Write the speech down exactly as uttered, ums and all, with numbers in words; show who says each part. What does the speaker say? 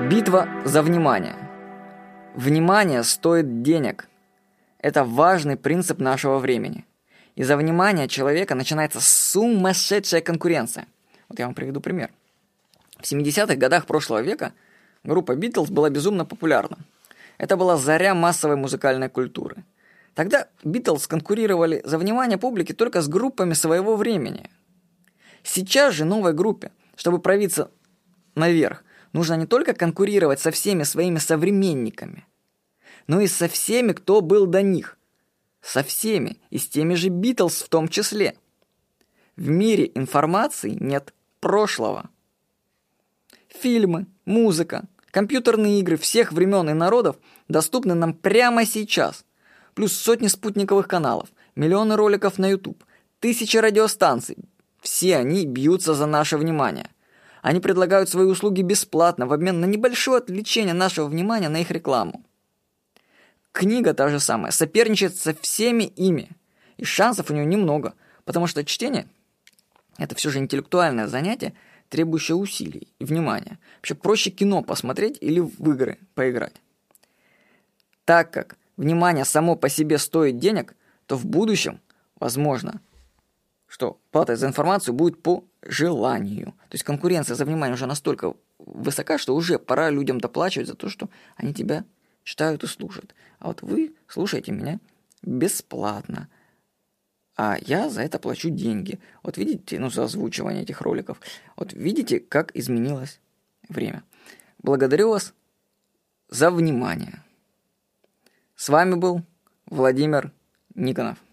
Speaker 1: Битва за внимание. Внимание стоит денег. Это важный принцип нашего времени. Из-за внимания человека начинается сумасшедшая конкуренция. Вот я вам приведу пример. В семидесятых годах прошлого века группа Beatles была безумно популярна. Это была заря массовой музыкальной культуры. Тогда Beatles конкурировали за внимание публики только с группами своего времени. Сейчас же новой группе, чтобы пробиться наверх, нужно не только конкурировать со всеми своими современниками, но и со всеми, кто был до них. Со всеми, и с теми же Битлз в том числе. В мире информации нет прошлого. Фильмы, музыка, компьютерные игры всех времен и народов доступны нам прямо сейчас. Плюс сотни спутниковых каналов, миллионы роликов на YouTube, тысячи радиостанций. Все они бьются за наше внимание. Они предлагают свои услуги бесплатно в обмен на небольшое отвлечение нашего внимания на их рекламу. Книга та же самая, соперничает со всеми ими. И шансов у нее немного, потому что чтение – это все же интеллектуальное занятие, требующее усилий и внимания. Вообще проще кино посмотреть или в игры поиграть. Так как внимание само по себе стоит денег, то в будущем, возможно, что плата за информацию будет по желанию. То есть конкуренция за внимание уже настолько высока, что уже пора людям доплачивать за то, что они тебя читают и слушают. А вот вы слушаете меня бесплатно. А я за это плачу деньги. Вот видите, ну, за озвучивание этих роликов. Вот видите, как изменилось время. Благодарю вас за внимание. С вами был Владимир Никонов.